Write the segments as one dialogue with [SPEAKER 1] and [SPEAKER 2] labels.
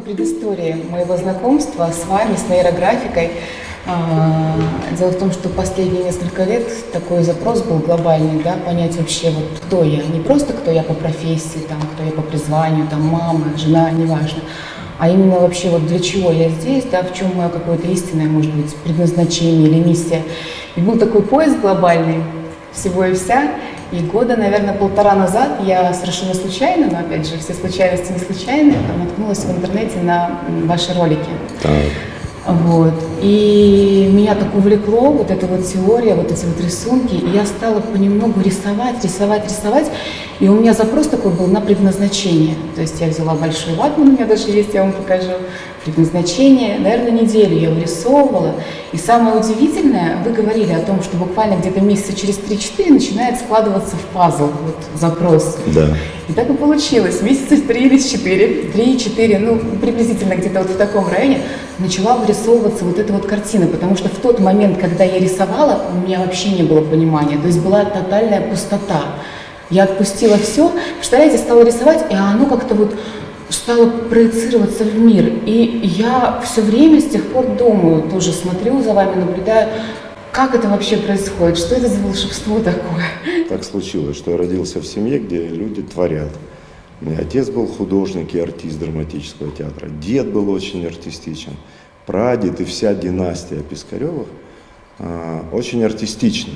[SPEAKER 1] предыстория моего знакомства с вами, с нейрографикой. Дело в том, что последние несколько лет такой запрос был глобальный, да, понять вообще, вот, кто я. Не просто кто я по профессии, там, кто я по призванию, там, мама, жена, неважно. А именно вообще вот для чего я здесь, да, в чем мое какое-то истинное, может быть, предназначение или миссия. И был такой поиск глобальный, всего и вся. И года, наверное, 1,5 назад я совершенно случайно, но опять же, все случайности не случайны, наткнулась в интернете на ваши ролики.
[SPEAKER 2] Так.
[SPEAKER 1] Вот. И меня так увлекло вот эта вот теория, вот эти вот рисунки, и я стала понемногу рисовать. И у меня запрос такой был на предназначение. То есть я взяла большой ватман, у меня даже есть, я вам покажу, предназначение. Наверное, неделю я вырисовывала. И самое удивительное, вы говорили о том, что буквально где-то месяца через 3-4 начинает складываться в пазл, вот запрос.
[SPEAKER 2] Да.
[SPEAKER 1] И так и получилось. Месяца 3 или 4, 3-4, ну, приблизительно где-то вот в таком районе, начала вырисовываться вот эта вот картина, потому что в тот момент, когда я рисовала, у меня вообще не было понимания, то есть была тотальная пустота. Я отпустила все, представляете, стала рисовать, и оно как-то вот стало проецироваться в мир. И я все время с тех пор думаю, тоже смотрю за вами, наблюдаю, как это вообще происходит, что это за волшебство такое.
[SPEAKER 2] Так случилось, что я родился в семье, где люди творят. У меня отец был художник и артист драматического театра, дед был очень артистичен, прадед и вся династия Пискаревых очень артистичны.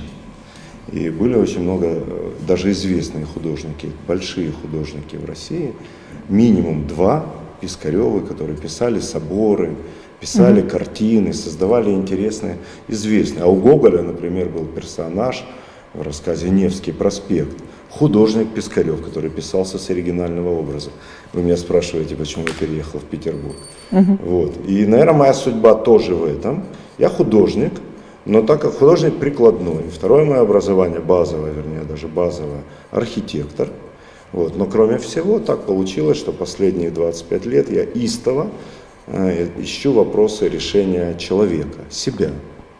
[SPEAKER 2] И были очень много, даже известные художники, большие художники в России, минимум 2 Пискаревы, которые писали соборы, писали картины, создавали интересные, известные. А у Гоголя, например, был персонаж в рассказе «Невский проспект», художник Пискарев, который писался с оригинального образа. Вы меня спрашиваете, почему я переехал в Петербург. Вот. И, наверное, моя судьба тоже в этом. Я художник, но так как художник прикладной. Второе мое образование, базовое, вернее, даже базовое, архитектор. Вот. Но кроме всего, так получилось, что последние 25 лет я истово ищу вопросы решения человека, себя.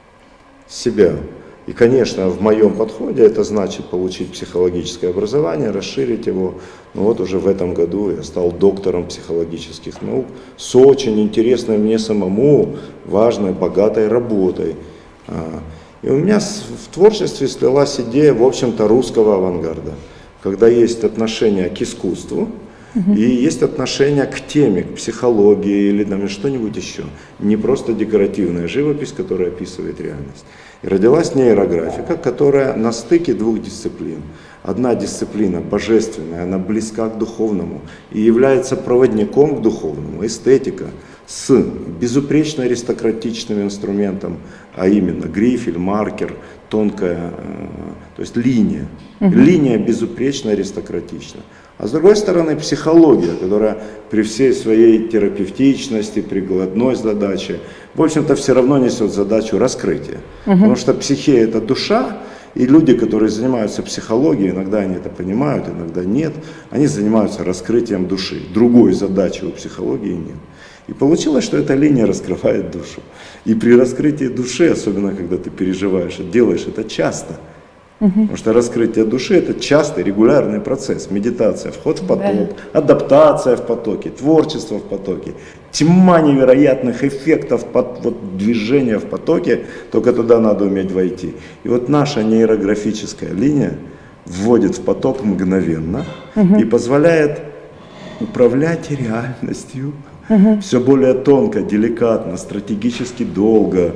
[SPEAKER 2] И, конечно, в моем подходе это значит получить психологическое образование, расширить его. Но вот уже в этом году я стал доктором психологических наук с очень интересной мне самому, важной, богатой работой. И у меня в творчестве слилась идея, в общем-то, русского авангарда, когда есть отношение к искусству, и есть отношение к теме, к психологии или там, что-нибудь еще. Не просто декоративная живопись, которая описывает реальность. И родилась нейрографика, которая на стыке 2 дисциплин. Одна дисциплина божественная, она близка к духовному и является проводником к духовному, эстетика, с безупречно аристократичным инструментом, а именно грифель, маркер, тонкая, то есть линия. Линия безупречно аристократична. А с другой стороны, психология, которая при всей своей терапевтичности, прикладной задаче, в общем-то, все равно несет задачу раскрытия. Потому что психея – это душа, и люди, которые занимаются психологией, иногда они это понимают, иногда нет, они занимаются раскрытием души. Другой задачи у психологии нет. И получилось, что эта линия раскрывает душу. И при раскрытии души, особенно когда ты переживаешь и делаешь это часто, потому что раскрытие души – это частый, регулярный процесс. Медитация, вход в поток, адаптация в потоке, творчество в потоке, тьма невероятных эффектов, вот, движения в потоке, только туда надо уметь войти. И вот наша нейрографическая линия вводит в поток мгновенно и позволяет управлять реальностью все более тонко, деликатно, стратегически долго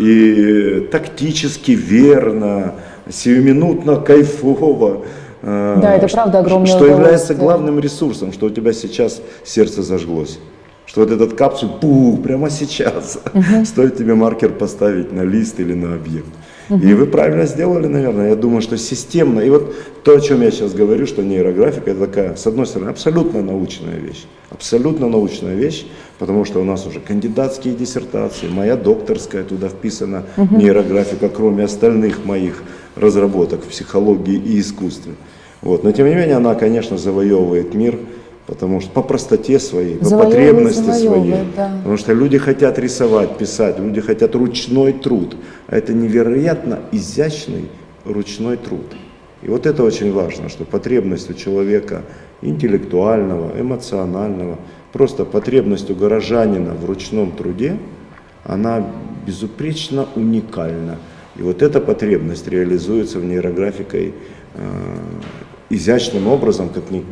[SPEAKER 2] и тактически верно, сиюминутно, кайфово.
[SPEAKER 1] Да, это правда огромное
[SPEAKER 2] что является главным ресурсом, что у тебя сейчас сердце зажглось. Что вот этот капсуль, прямо сейчас, стоит тебе маркер поставить на лист или на объект. И вы правильно сделали, наверное, я думаю, что системно. И вот то, о чем я сейчас говорю, что нейрографика, это такая, с одной стороны, абсолютно научная вещь, потому что у нас уже кандидатские диссертации, моя докторская, туда вписана нейрографика, кроме остальных моих разработок в психологии и искусстве. Вот. Но тем не менее, она, конечно, завоевывает мир, потому что по простоте своей, по потребности своей. Да. Потому что люди хотят рисовать, писать, люди хотят ручной труд. А это невероятно изящный ручной труд. И вот это очень важно, что потребность у человека интеллектуального, эмоционального, просто потребность у горожанина в ручном труде, она безупречно уникальна. И вот эта потребность реализуется в нейрографикой изящным образом,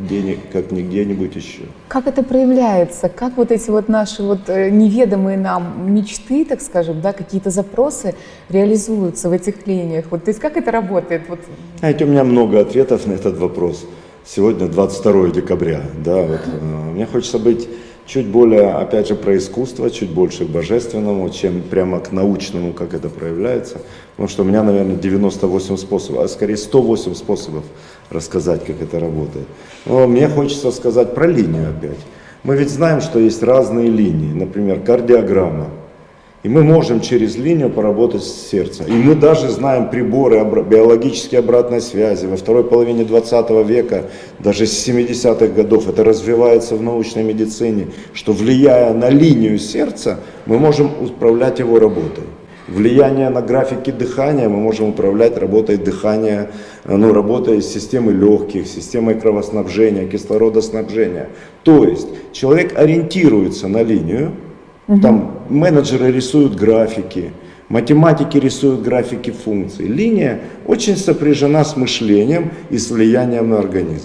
[SPEAKER 2] как нигде-нибудь еще.
[SPEAKER 3] Как это проявляется? Как вот эти вот наши вот неведомые нам мечты, так скажем, да, какие-то запросы реализуются в этих линиях? Вот, то есть как это работает? Вот.
[SPEAKER 2] Знаете, у меня много ответов на этот вопрос. Сегодня 22 декабря, да, вот, мне хочется быть чуть более, опять же, про искусство, чуть больше к божественному, чем прямо к научному, как это проявляется. Потому что у меня, наверное, 98 способов, а скорее 108 способов рассказать, как это работает. Но мне хочется сказать про линию опять. Мы ведь знаем, что есть разные линии, например, кардиограмма. И мы можем через линию поработать с сердцем. И мы даже знаем приборы биологической обратной связи. Во второй половине 20 века, даже с 70-х годов, это развивается в научной медицине, что влияя на линию сердца, мы можем управлять его работой. Влияние на графики дыхания, мы можем управлять работой дыхания, работой с системой легких, системой кровоснабжения, кислородоснабжения. То есть человек ориентируется на линию. Там менеджеры рисуют графики, математики рисуют графики функций. Линия очень сопряжена с мышлением и с влиянием на организм.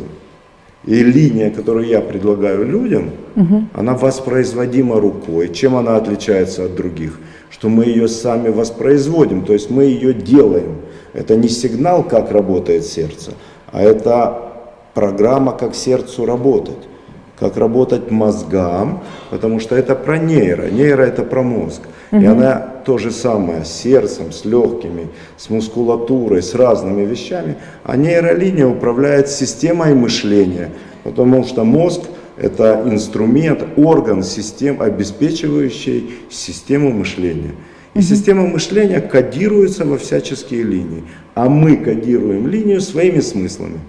[SPEAKER 2] И линия, которую я предлагаю людям, она воспроизводима рукой. Чем она отличается от других? Что мы ее сами воспроизводим, то есть мы ее делаем. Это не сигнал, как работает сердце, а это программа, как сердцу работать. Как работать мозгам, потому что это про нейро. Нейро это про мозг. И она то же самое с сердцем, с легкими, с мускулатурой, с разными вещами. А нейролиния управляет системой мышления, потому что мозг это инструмент, орган, обеспечивающий систему мышления. И система мышления кодируется во всяческие линии. А мы кодируем линию своими смыслами.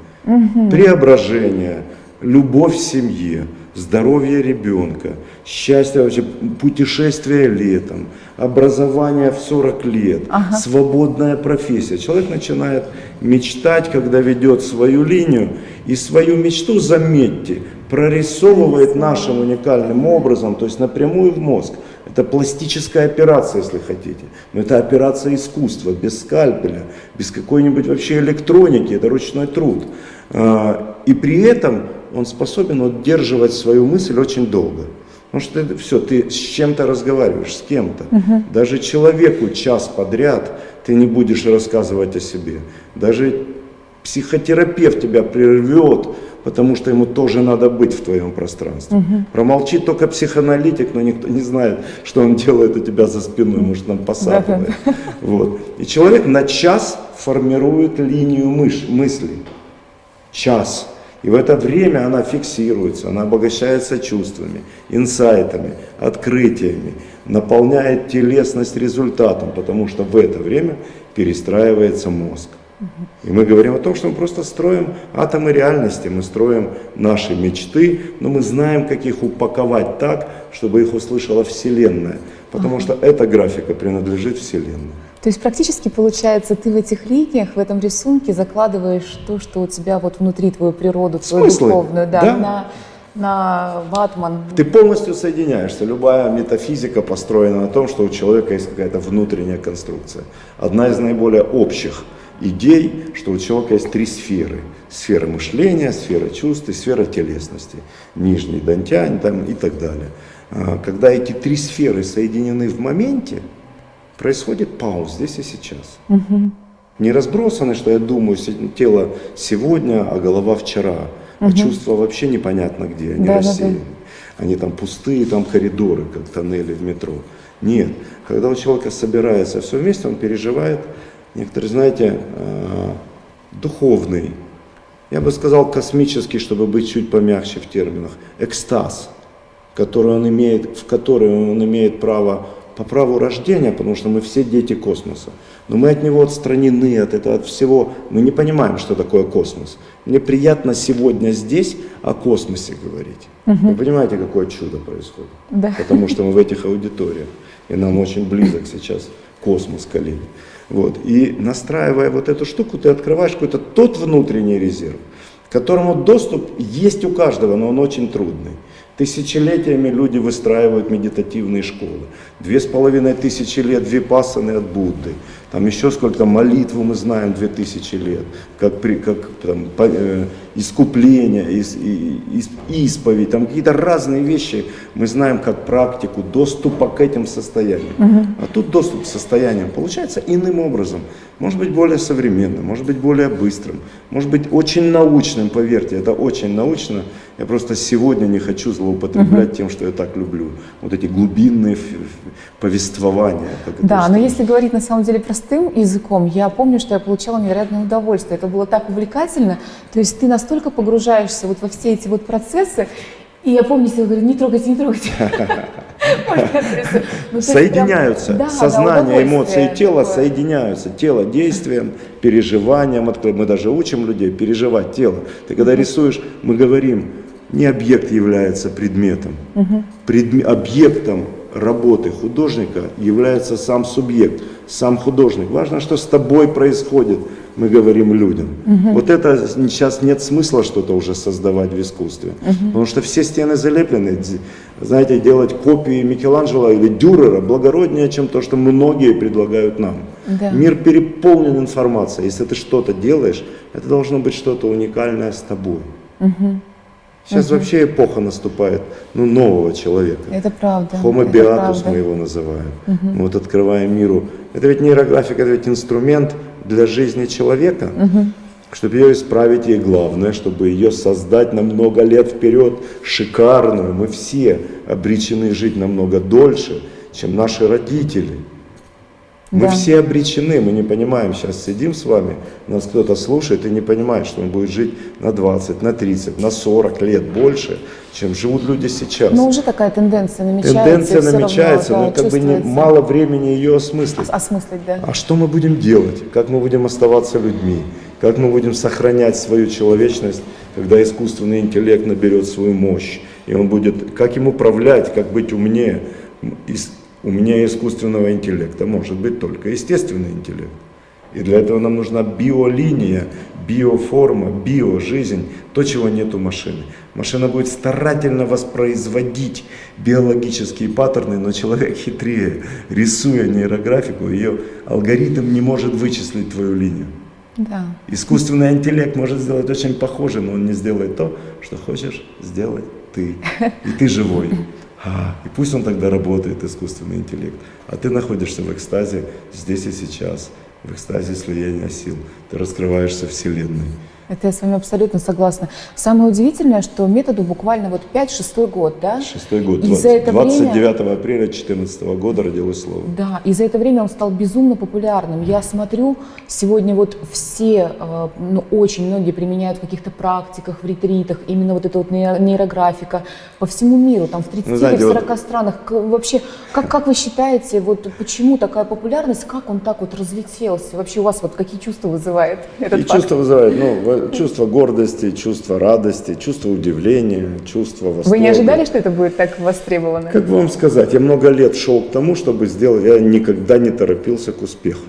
[SPEAKER 2] Преображение, любовь в семье, здоровье ребенка, счастье, вообще, путешествие летом, образование в 40 лет, свободная профессия. Человек начинает мечтать, когда ведет свою линию, и свою мечту, заметьте, прорисовывает нашим уникальным образом, то есть напрямую в мозг. Это пластическая операция, если хотите. Но это операция искусства, без скальпеля, без какой-нибудь вообще электроники, это ручной труд. И при этом он способен удерживать свою мысль очень долго. Потому что ты с чем-то разговариваешь, с кем-то. Даже человеку час подряд ты не будешь рассказывать о себе. Даже психотерапевт тебя прервет, потому что ему тоже надо быть в твоем пространстве. Промолчит только психоаналитик, но никто не знает, что он делает у тебя за спиной, может, нам посапывает. Вот. И человек на час формирует линию мыслей. Час. И в это время она фиксируется, она обогащается чувствами, инсайтами, открытиями, наполняет телесность результатом, потому что в это время перестраивается мозг. И мы говорим о том, что мы просто строим атомы реальности, мы строим наши мечты, но мы знаем, как их упаковать так, чтобы их услышала Вселенная, потому что эта графика принадлежит Вселенной.
[SPEAKER 3] То есть практически получается, ты в этих линиях, в этом рисунке закладываешь то, что у тебя вот внутри, твою природу, твою
[SPEAKER 2] смыслы,
[SPEAKER 3] духовную,
[SPEAKER 2] да?
[SPEAKER 3] на ватман.
[SPEAKER 2] Ты полностью соединяешься. Любая метафизика построена на том, что у человека есть какая-то внутренняя конструкция. Одна из наиболее общих идей, что у человека есть три сферы. Сфера мышления, сфера чувств и сфера телесности. Нижний дантянь там, и так далее. Когда эти три сферы соединены в моменте, происходит пауз здесь и сейчас. Не разбросаны, что я думаю, тело сегодня, а голова вчера. А чувства вообще непонятно где, они рассеяны. Они там пустые, там коридоры, как тоннели в метро. Нет, когда у человека собирается все вместе, он переживает, некоторые, знаете, духовный, я бы сказал космический, чтобы быть чуть помягче в терминах, экстаз, в который он имеет право по праву рождения, потому что мы все дети космоса. Но мы от него отстранены, от всего. Мы не понимаем, что такое космос. Мне приятно сегодня здесь о космосе говорить. Вы понимаете, какое чудо происходит?
[SPEAKER 3] Да.
[SPEAKER 2] Потому что мы в этих аудиториях. И нам очень близок сейчас космос, коллеги. Вот. И настраивая вот эту штуку, ты открываешь какой-то тот внутренний резерв, к которому доступ есть у каждого, но он очень трудный. Тысячелетиями люди выстраивают медитативные школы. 2500 лет випассаны от Будды. Там еще сколько молитву мы знаем 2000 лет. Как искупление, исповедь. Там какие-то разные вещи мы знаем как практику доступа к этим состояниям. А тут доступ к состояниям получается иным образом. Может быть более современным, может быть более быстрым, может быть очень научным, поверьте, это очень научно. Я просто сегодня не хочу злоупотреблять тем, что я так люблю. Вот эти глубинные повествования.
[SPEAKER 3] Да, но если говорить на самом деле простым языком, я помню, что я получала невероятное удовольствие. Это было так увлекательно. То есть ты настолько погружаешься вот во все эти вот процессы. И я помню, что я говорю, не трогайте, не трогайте.
[SPEAKER 2] Соединяются. Сознание, эмоции и тело соединяются. Тело действием, переживанием. Мы даже учим людей переживать тело. Ты когда рисуешь, мы говорим, не объект является предметом. Объектом работы художника является сам субъект, сам художник. Важно, что с тобой происходит, мы говорим людям. Вот это сейчас нет смысла что-то уже создавать в искусстве. Потому что все стены залеплены. Знаете, делать копии Микеланджело или Дюрера благороднее, чем то, что многие предлагают нам.
[SPEAKER 3] Да.
[SPEAKER 2] Мир переполнен информацией. Если ты что-то делаешь, это должно быть что-то уникальное с тобой. Сейчас вообще эпоха наступает, нового человека.
[SPEAKER 3] Это правда.
[SPEAKER 2] Homo
[SPEAKER 3] это
[SPEAKER 2] beatus
[SPEAKER 3] правда.
[SPEAKER 2] мы его называем. Мы вот открываем миру. Это ведь нейрографика, это ведь инструмент для жизни человека. Чтобы ее исправить, ей главное, чтобы ее создать на много лет вперед, шикарную. Мы все обречены жить намного дольше, чем наши родители. Мы
[SPEAKER 3] Да.
[SPEAKER 2] все обречены, мы не понимаем, сейчас сидим с вами, нас кто-то слушает и не понимает, что он будет жить на 20, на 30, на 40 лет больше, чем живут люди сейчас.
[SPEAKER 3] Но уже такая тенденция намечается.
[SPEAKER 2] Тенденция
[SPEAKER 3] и всё
[SPEAKER 2] намечается,
[SPEAKER 3] равно,
[SPEAKER 2] но
[SPEAKER 3] да,
[SPEAKER 2] как бы
[SPEAKER 3] чувствуется.
[SPEAKER 2] мало времени ее осмыслить.
[SPEAKER 3] Осмыслить, да.
[SPEAKER 2] А что мы будем делать? Как мы будем оставаться людьми? Как мы будем сохранять свою человечность, когда искусственный интеллект наберет свою мощь? И он будет, как им управлять, как быть умнее? Умнее искусственного интеллекта может быть только естественный интеллект. И для этого нам нужна биолиния, биоформа, биожизнь, то, чего нет у машины. Машина будет старательно воспроизводить биологические паттерны, но человек хитрее. Рисуя нейрографику, ее алгоритм не может вычислить твою линию.
[SPEAKER 3] Да.
[SPEAKER 2] Искусственный интеллект может сделать очень похоже, но он не сделает то, что хочешь сделать ты. И ты живой. И пусть он тогда работает, искусственный интеллект. А ты находишься в экстазе здесь и сейчас, в экстазе слияния сил. Ты раскрываешься Вселенной.
[SPEAKER 3] Это я с вами абсолютно согласна. Самое удивительное, что методу буквально вот 5-6 год, да?
[SPEAKER 2] 6-й год,
[SPEAKER 3] И за это
[SPEAKER 2] 29 апреля 2014 года родилось слово.
[SPEAKER 3] Да, и за это время он стал безумно популярным. Я смотрю, сегодня вот все, очень многие применяют в каких-то практиках, в ретритах, именно вот эта вот нейрографика по всему миру, там в 30 или в 40 странах. Вообще, как вы считаете, вот почему такая популярность, как он так вот разлетелся? Вообще у вас вот какие чувства вызывает этот
[SPEAKER 2] И
[SPEAKER 3] факт?
[SPEAKER 2] чувство вызывает, чувство гордости, чувство радости, чувство удивления, чувство восторга.
[SPEAKER 3] Вы не ожидали, что это будет так востребовано?
[SPEAKER 2] Как вам сказать, я много лет шел к тому, чтобы сделать, я никогда не торопился к успеху.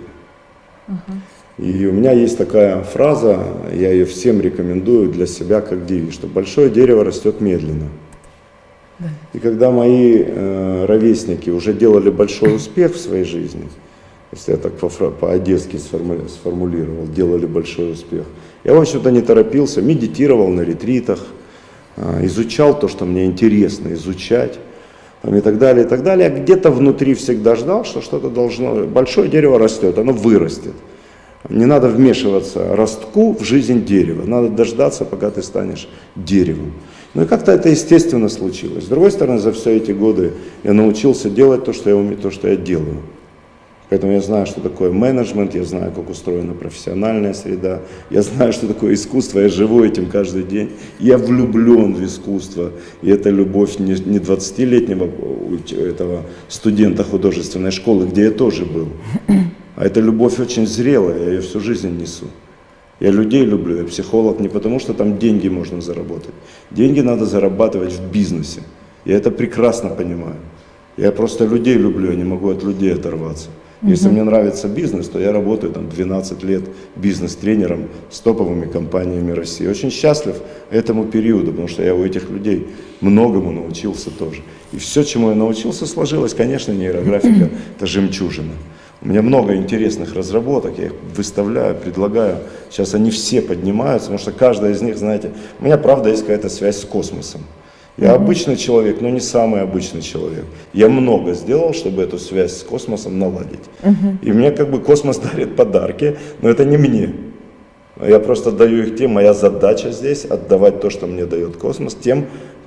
[SPEAKER 2] И у меня есть такая фраза, я ее всем рекомендую для себя как девиз, что большое дерево растет медленно.
[SPEAKER 3] Да.
[SPEAKER 2] И когда мои ровесники уже делали большой успех в своей жизни, если я так по-одесски сформулировал, делали большой успех, я, в общем-то, не торопился, медитировал на ретритах, изучал то, что мне интересно изучать, и так далее, и так далее. Я где-то внутри всегда ждал, что что-то должно... Большое дерево растет, оно вырастет. Не надо вмешиваться ростку в жизнь дерева, надо дождаться, пока ты станешь деревом. Ну и как-то это естественно случилось. С другой стороны, за все эти годы я научился делать то, что я умею, то, что я делаю. Поэтому я знаю, что такое менеджмент, я знаю, как устроена профессиональная среда, я знаю, что такое искусство, я живу этим каждый день. Я влюблен в искусство, и это любовь не 20-летнего этого студента художественной школы, где я тоже был, а это любовь очень зрелая, я ее всю жизнь несу. Я людей люблю, я психолог не потому, что там деньги можно заработать. Деньги надо зарабатывать в бизнесе, я это прекрасно понимаю. Я просто людей люблю, я не могу от людей оторваться. Если мне нравится бизнес, то я работаю там 12 лет бизнес-тренером с топовыми компаниями России. Очень счастлив этому периоду, потому что я у этих людей многому научился тоже. И все, чему я научился, сложилось, конечно, нейрографика – это жемчужина. У меня много интересных разработок, я их выставляю, предлагаю. Сейчас они все поднимаются, потому что каждая из них, знаете, у меня правда есть какая-то связь с космосом. Я обычный человек, но не самый обычный человек. Я много сделал, чтобы эту связь с космосом наладить. И мне как бы космос дарит подарки, но это не мне. Я просто даю их тем, моя задача здесь отдавать то, что мне дает космос, тем,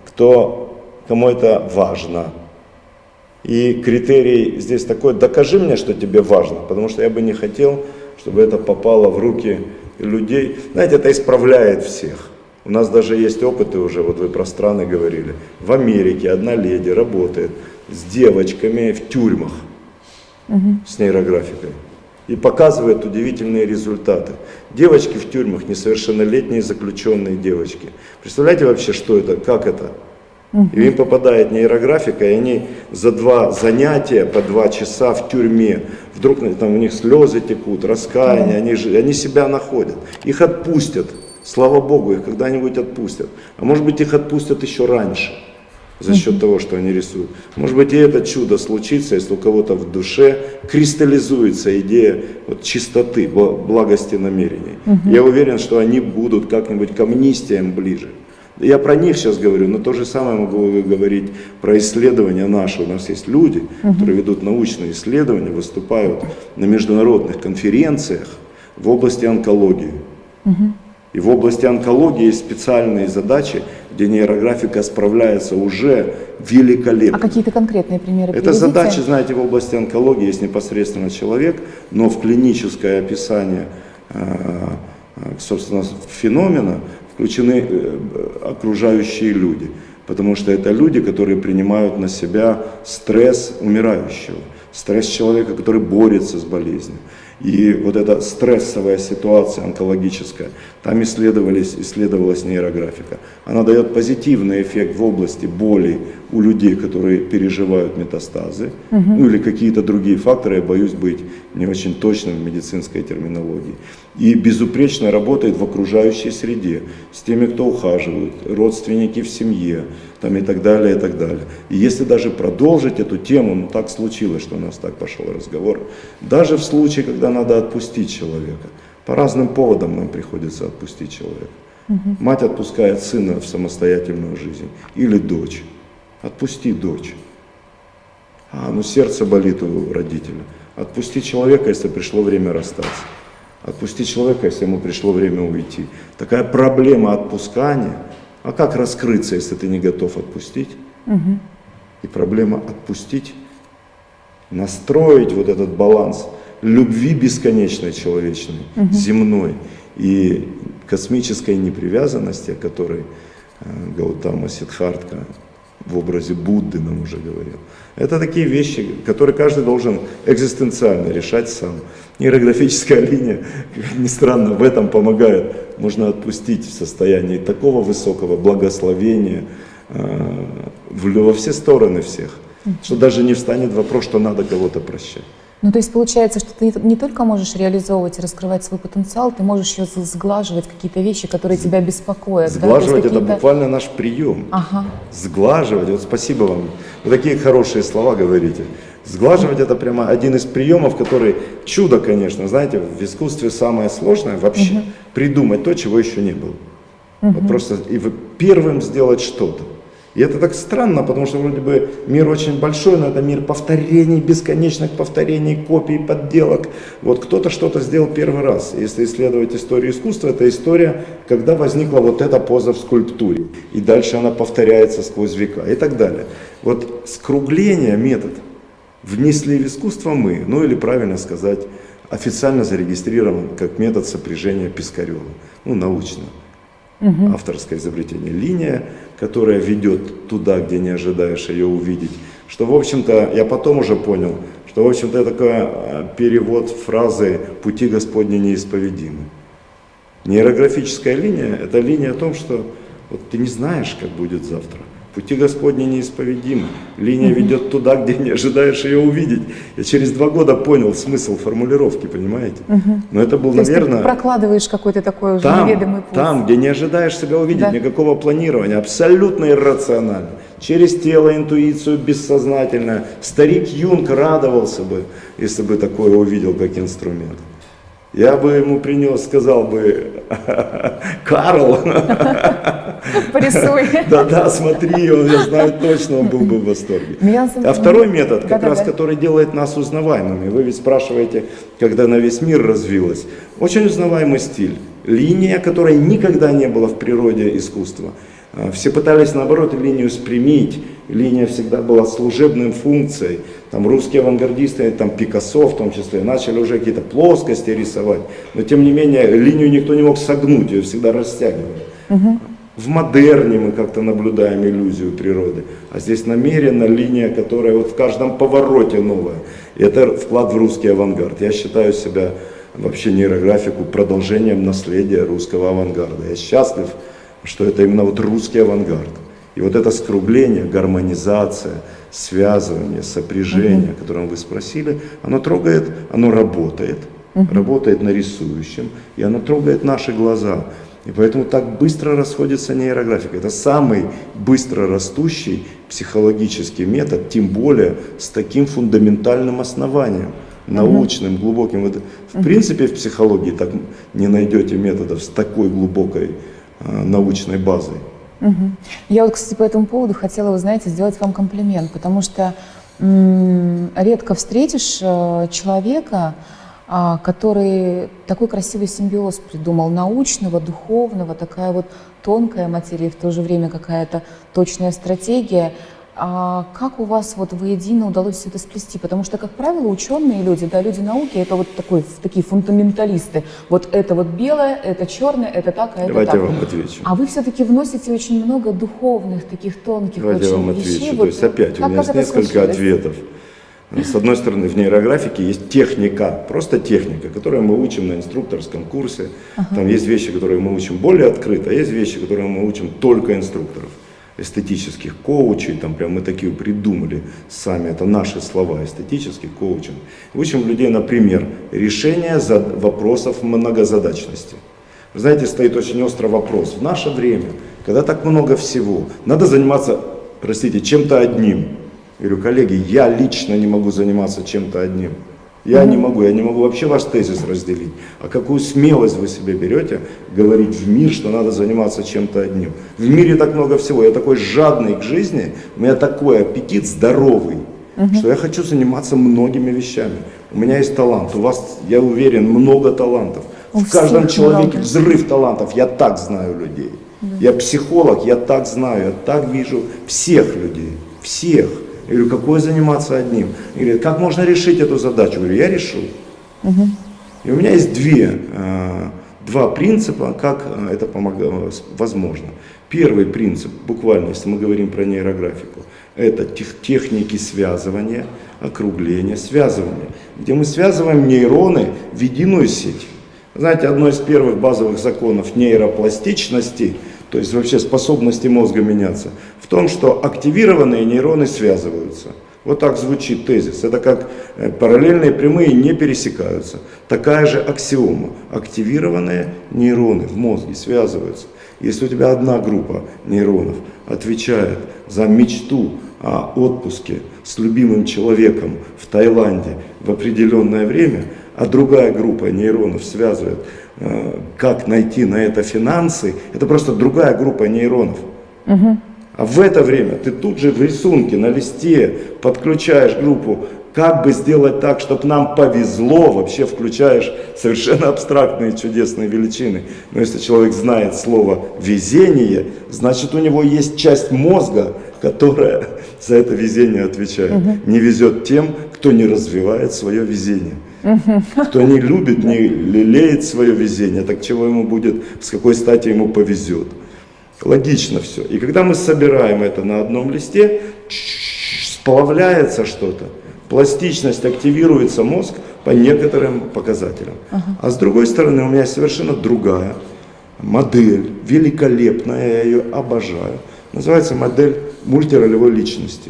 [SPEAKER 2] кому это важно. И критерий здесь такой: докажи мне, что тебе важно, потому что я бы не хотел, чтобы это попало в руки людей. Знаете, это исправляет всех. У нас даже есть опыты уже, вот вы про страны говорили. В Америке одна леди работает с девочками в тюрьмах с нейрографикой и показывает удивительные результаты. Девочки в тюрьмах, несовершеннолетние заключенные девочки. Представляете вообще, что это, как это? И им попадает нейрографика, и они за 2 занятия по 2 часа в тюрьме, вдруг там у них слезы текут, раскаяние, они себя находят, их отпустят. Слава Богу, их когда-нибудь отпустят. А может быть, их отпустят еще раньше, за счет того, что они рисуют. Может быть, и это чудо случится, если у кого-то в душе кристаллизуется идея вот, чистоты, благости намерений. Я уверен, что они будут как-нибудь к амнистиям ближе. Я про них сейчас говорю, но то же самое могу говорить про исследования наши. У нас есть люди, которые ведут научные исследования, выступают на международных конференциях в области онкологии. И в области онкологии есть специальные задачи, где нейрографика справляется уже великолепно.
[SPEAKER 3] А какие-то конкретные примеры
[SPEAKER 2] Это
[SPEAKER 3] приведите?
[SPEAKER 2] задачи, знаете, в области онкологии есть непосредственно человек, но в клиническое описание, собственно, феномена включены окружающие люди. Потому что это люди, которые принимают на себя стресс умирающего, стресс человека, который борется с болезнью. И вот эта стрессовая ситуация онкологическая, там исследовалась нейрографика. Она дает позитивный эффект в области боли у людей, которые переживают метастазы, ну или какие-то другие факторы, я боюсь быть не очень точным в медицинской терминологии. И безупречно работает в окружающей среде, с теми, кто ухаживают, родственники в семье, там и так далее, и так далее. И если даже продолжить эту тему, ну так случилось, что у нас так пошел разговор, даже в случае, когда надо отпустить человека, по разным поводам нам приходится отпустить человека. Мать отпускает сына в самостоятельную жизнь, или дочь. Отпусти дочь. Ну сердце болит у родителя. Отпусти человека, если пришло время расстаться. Отпусти человека, если ему пришло время уйти. Такая проблема отпускания. А как раскрыться, если ты не готов отпустить? И проблема отпустить, настроить вот этот баланс любви бесконечной человечной, земной и космической непривязанности, о которой Гаутама Сиддхартха в образе Будды нам уже говорил. Это такие вещи, которые каждый должен экзистенциально решать сам. Нейрографическая линия, как ни странно, в этом помогает. Можно отпустить в состоянии такого высокого благословения во все стороны всех, что даже не встанет вопрос, что надо кого-то прощать.
[SPEAKER 3] Ну, то есть получается, что ты не только можешь реализовывать и раскрывать свой потенциал, ты можешь еще сглаживать какие-то вещи, которые тебя беспокоят.
[SPEAKER 2] Сглаживать
[SPEAKER 3] да?
[SPEAKER 2] это буквально наш прием. Сглаживать, вот спасибо вам, вы такие хорошие слова говорите. Сглаживать это прямо один из приемов, который чудо, конечно, знаете, в искусстве самое сложное вообще придумать то, чего еще не было. Вот просто и первым сделать что-то. И это так странно, потому что вроде бы мир очень большой, но это мир повторений, бесконечных повторений, копий, подделок. Вот кто-то что-то сделал первый раз. Если исследовать историю искусства, это история, когда возникла вот эта поза в скульптуре. И дальше она повторяется сквозь века и так далее. Вот скругление, метод, внесли в искусство мы, ну или правильно сказать, официально зарегистрирован как метод сопряжения Пискарева, ну научно. Авторское изобретение. Линия, которая ведет туда, где не ожидаешь ее увидеть. Что, в общем-то, я потом уже понял, что, в общем-то, это такой перевод фразы «пути Господни неисповедимы». Нейрографическая линия – это линия о том, что вот ты не знаешь, как будет завтра, Пути Господни неисповедимы. Линия ведет туда, где не ожидаешь ее увидеть. Я через 2 года понял смысл формулировки, понимаете? Но это был,
[SPEAKER 3] То есть
[SPEAKER 2] наверное,
[SPEAKER 3] ты прокладываешь какой-то такой уже неведомый путь.
[SPEAKER 2] там, где не ожидаешь себя увидеть,
[SPEAKER 3] Да.
[SPEAKER 2] никакого планирования, абсолютно иррационально. Через тело, интуицию, бессознательное. Старик Юнг радовался бы, если бы такое увидел, как инструмент. Я бы ему принес, сказал бы: Карл,
[SPEAKER 3] Порисуй.
[SPEAKER 2] да-да, смотри, я знаю точно, он был бы в восторге. А второй метод, как раз который делает нас узнаваемыми. Вы ведь спрашиваете, когда на весь мир развилась. Очень узнаваемый стиль. Линия, которой никогда не было в природе искусства. Все пытались, наоборот, линию спрямить. Линия всегда была служебной функцией. Там русские авангардисты, там Пикассо в том числе, начали уже какие-то плоскости рисовать. Но тем не менее, линию никто не мог согнуть, ее всегда растягивали. В модерне мы как-то наблюдаем иллюзию природы. А здесь намеренно линия, которая вот в каждом повороте новая. И это вклад в русский авангард. Я считаю себя вообще нейрографику продолжением наследия русского авангарда. Я счастлив, что это именно вот русский авангард. И вот это скругление, гармонизация, связывание, сопряжение, о котором вы спросили, оно трогает, оно работает, работает на рисующем, и оно трогает наши глаза. И поэтому так быстро расходится нейрографика. Это самый быстро растущий психологический метод, тем более с таким фундаментальным основанием, научным, глубоким. Вот, в принципе, в психологии так не найдете методов с такой глубокой научной базой.
[SPEAKER 3] Я вот, кстати, по этому поводу хотела, вы знаете, сделать вам комплимент, потому что редко встретишь человека, который такой красивый симбиоз придумал, научного, духовного, такая вот тонкая материя, в то же время какая-то точная стратегия. А как у вас вот воедино удалось все это сплести? Потому что, как правило, ученые люди, да, люди науки, это вот такие фундаменталисты. Вот это вот белое, это черное, это так, а это
[SPEAKER 2] Давайте
[SPEAKER 3] так.
[SPEAKER 2] я вам отвечу.
[SPEAKER 3] А вы все-таки вносите очень много духовных, таких тонких
[SPEAKER 2] Давайте я
[SPEAKER 3] очень
[SPEAKER 2] вам
[SPEAKER 3] вещей.
[SPEAKER 2] отвечу.
[SPEAKER 3] Вот
[SPEAKER 2] То есть опять у
[SPEAKER 3] как
[SPEAKER 2] меня есть
[SPEAKER 3] это
[SPEAKER 2] несколько
[SPEAKER 3] случилось?
[SPEAKER 2] ответов. С одной стороны, в нейрографике есть техника, просто техника, которую мы учим на инструкторском курсе. Там есть вещи, которые мы учим более открыто, а есть вещи, которые мы учим только инструкторов, эстетических коучей. Там прям мы такие придумали сами, это наши слова, эстетический коучинг. Учим людей, например, решение вопросов многозадачности. Вы знаете, стоит очень острый вопрос. В наше время, когда так много всего, надо заниматься, простите, чем-то одним. Я говорю: коллеги, я лично не могу заниматься чем-то одним. Я не могу вообще ваш тезис разделить. А какую смелость вы себе берете говорить в мир, что надо заниматься чем-то одним? В мире так много всего, я такой жадный к жизни, у меня такой аппетит здоровый, что я хочу заниматься многими вещами. У меня есть талант, у вас, я уверен, много талантов. В каждом человеке взрыв талантов, я так знаю людей. Я психолог, я так знаю, я так вижу всех людей, всех. Я говорю: какое заниматься одним? Я говорю: как можно решить эту задачу? Я говорю: я решу. И у меня есть два принципа, как это возможно. Первый принцип, буквально, если мы говорим про нейрографику, это техники связывания, округления, связывания, где мы связываем нейроны в единую сеть. Знаете, одно из первых базовых законов нейропластичности, то есть вообще способности мозга меняться, в том, что активированные нейроны связываются. Вот так звучит тезис. Это как параллельные прямые не пересекаются. Такая же аксиома. Активированные нейроны в мозге связываются. Если у тебя одна группа нейронов отвечает за мечту о отпуске с любимым человеком в Таиланде в определенное время, а другая группа нейронов связывает, как найти на это финансы, это просто другая группа нейронов. А в это время ты тут же в рисунке, на листе подключаешь группу, как бы сделать так, чтобы нам повезло, вообще включаешь совершенно абстрактные чудесные величины. Но если человек знает слово «везение», значит у него есть часть мозга, которая за это везение отвечает. Не везет тем, кто не развивает свое везение. Кто не любит, не лелеет свое везение, так чего ему будет, с какой стати ему повезет. Логично все. И когда мы собираем это на одном листе, сплавляется что-то, пластичность, активируется мозг по некоторым показателям. А с другой стороны, у меня совершенно другая модель, великолепная, я ее обожаю. Называется модель мультиролевой личности.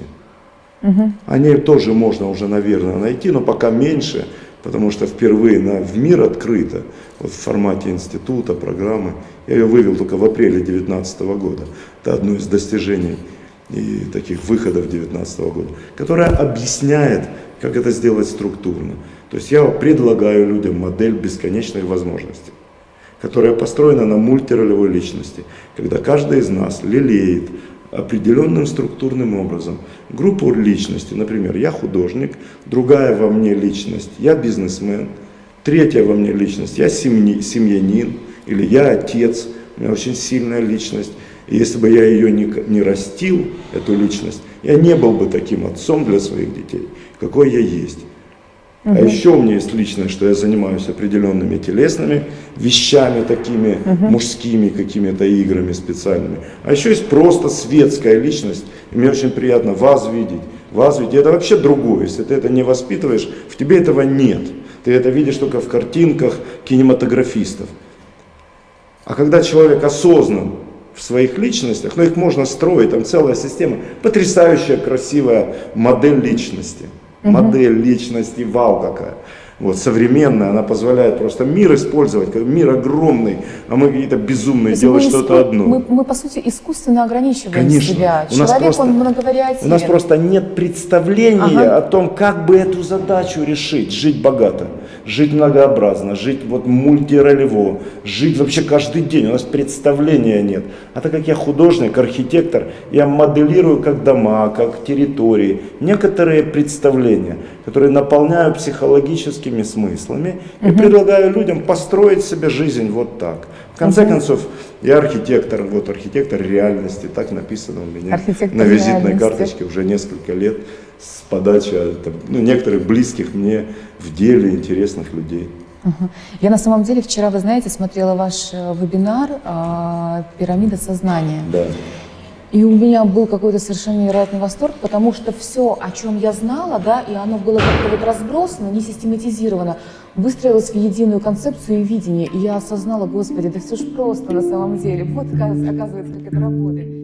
[SPEAKER 2] Они тоже можно уже, наверное, найти, но пока меньше, потому что впервые в мир открыто, вот в формате института, программы. Я ее вывел только в апреле 2019 года. Это одно из достижений и таких выходов 2019 года, которое объясняет, как это сделать структурно. То есть я предлагаю людям модель бесконечных возможностей, которая построена на мультиролевой личности, когда каждый из нас лелеет определенным структурным образом группу личностей. Например, я художник, другая во мне личность, я бизнесмен, третья во мне личность, я семьянин, или я отец, у меня очень сильная личность. И если бы я ее не растил, эту личность, я не был бы таким отцом для своих детей, какой я есть. А еще у меня есть личность, что я занимаюсь определенными телесными вещами, такими мужскими какими-то играми специальными. А еще есть просто светская личность, и мне очень приятно вас видеть. Вас видеть, это вообще другое. Если ты это не воспитываешь, в тебе этого нет. Ты это видишь только в картинках кинематографистов. А когда человек осознан в своих личностях, их можно строить, там целая система, потрясающая, красивая модель личности. Модель личности, вау какая. Вот, современная, она позволяет просто мир использовать, как мир огромный, а мы какие-то безумные делать что-то одно.
[SPEAKER 3] Мы, по сути, искусственно ограничиваем
[SPEAKER 2] Конечно.
[SPEAKER 3] себя.
[SPEAKER 2] У нас
[SPEAKER 3] Человек,
[SPEAKER 2] просто,
[SPEAKER 3] он многовариативен.
[SPEAKER 2] у нас просто нет представления о том, как бы эту задачу решить. Жить богато, жить многообразно, жить вот мультиролево, жить вообще каждый день. У нас представления нет. А так как я художник, архитектор, я моделирую как дома, как территории, некоторые представления, которые наполняю психологическими смыслами и предлагаю людям построить себе жизнь вот так. В конце концов, я архитектор, вот архитектор реальности, так написано у меня
[SPEAKER 3] Архитектор
[SPEAKER 2] на визитной
[SPEAKER 3] реальности.
[SPEAKER 2] карточке уже несколько лет с подачи некоторых близких мне в деле интересных людей.
[SPEAKER 3] Я на самом деле вчера, вы знаете, смотрела ваш вебинар «Пирамида сознания».
[SPEAKER 2] Да.
[SPEAKER 3] И у меня был какой-то совершенно невероятный восторг, потому что все, о чем я знала, да, и оно было как-то вот разбросано, не систематизировано, выстроилось в единую концепцию и видение. И я осознала, Господи, да все ж просто на самом деле. Вот оказывается, как это работает.